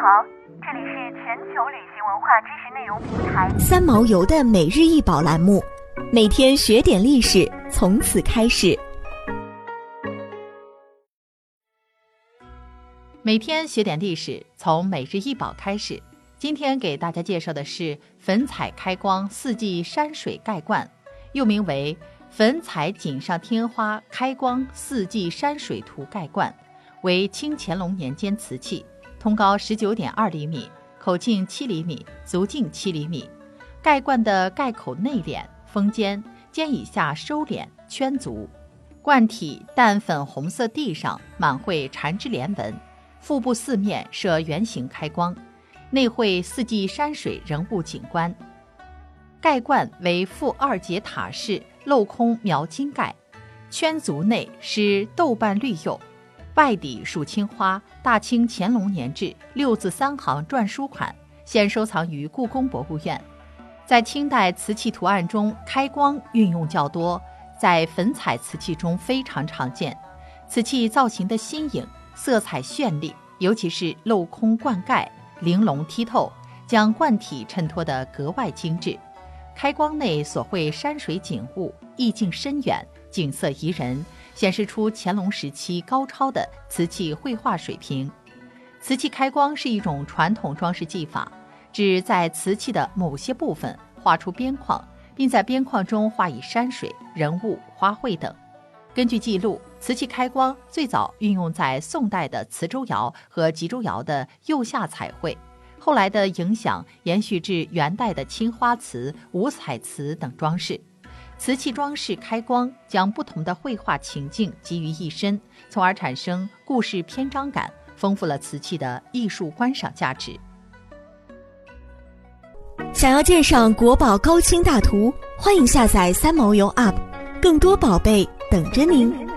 这里是全球旅行文化知识内容平台三毛游的每日一宝栏目，每天学点历史，从此开始。 每天学点历史，从每日一宝开始。今天给大家介绍的是粉彩开光四季山水盖罐，又名为粉彩锦上添花开光四季山水图盖罐，为清乾隆年间瓷器，通高 19.2 厘米，口径7厘米，足径7厘米。盖罐的盖口内敛，封尖，尖以下收敛，圈足。罐体淡粉红色地上满绘缠枝莲纹，腹部四面设圆形开光，内绘四季山水人物景观。盖罐为覆2节塔式镂空描金盖，圈足内施豆瓣绿釉，外底属青花，大清乾隆年制6字3行篆书款，现收藏于故宫博物院。在清代瓷器图案中，开光运用较多，在粉彩瓷器中非常常见。瓷器造型的新颖，色彩绚丽，尤其是镂空罐盖，玲珑剔透，将罐体衬托得格外精致。开光内所绘山水景物意境深远，景色宜人，显示出乾隆时期高超的瓷器绘画水平。瓷器开光是一种传统装饰技法，指在瓷器的某些部分画出边框，并在边框中画以山水、人物、花卉等。根据记录，瓷器开光最早运用在宋代的磁州窑和吉州窑的釉下彩绘，后来的影响延续至元代的青花瓷、五彩瓷等装饰。瓷器装饰开光将不同的绘画情境集于一身，从而产生故事篇章感，丰富了瓷器的艺术观赏价值。 想要鉴赏国宝高清大图，欢迎下载三毛游 App， 更多宝贝等着您。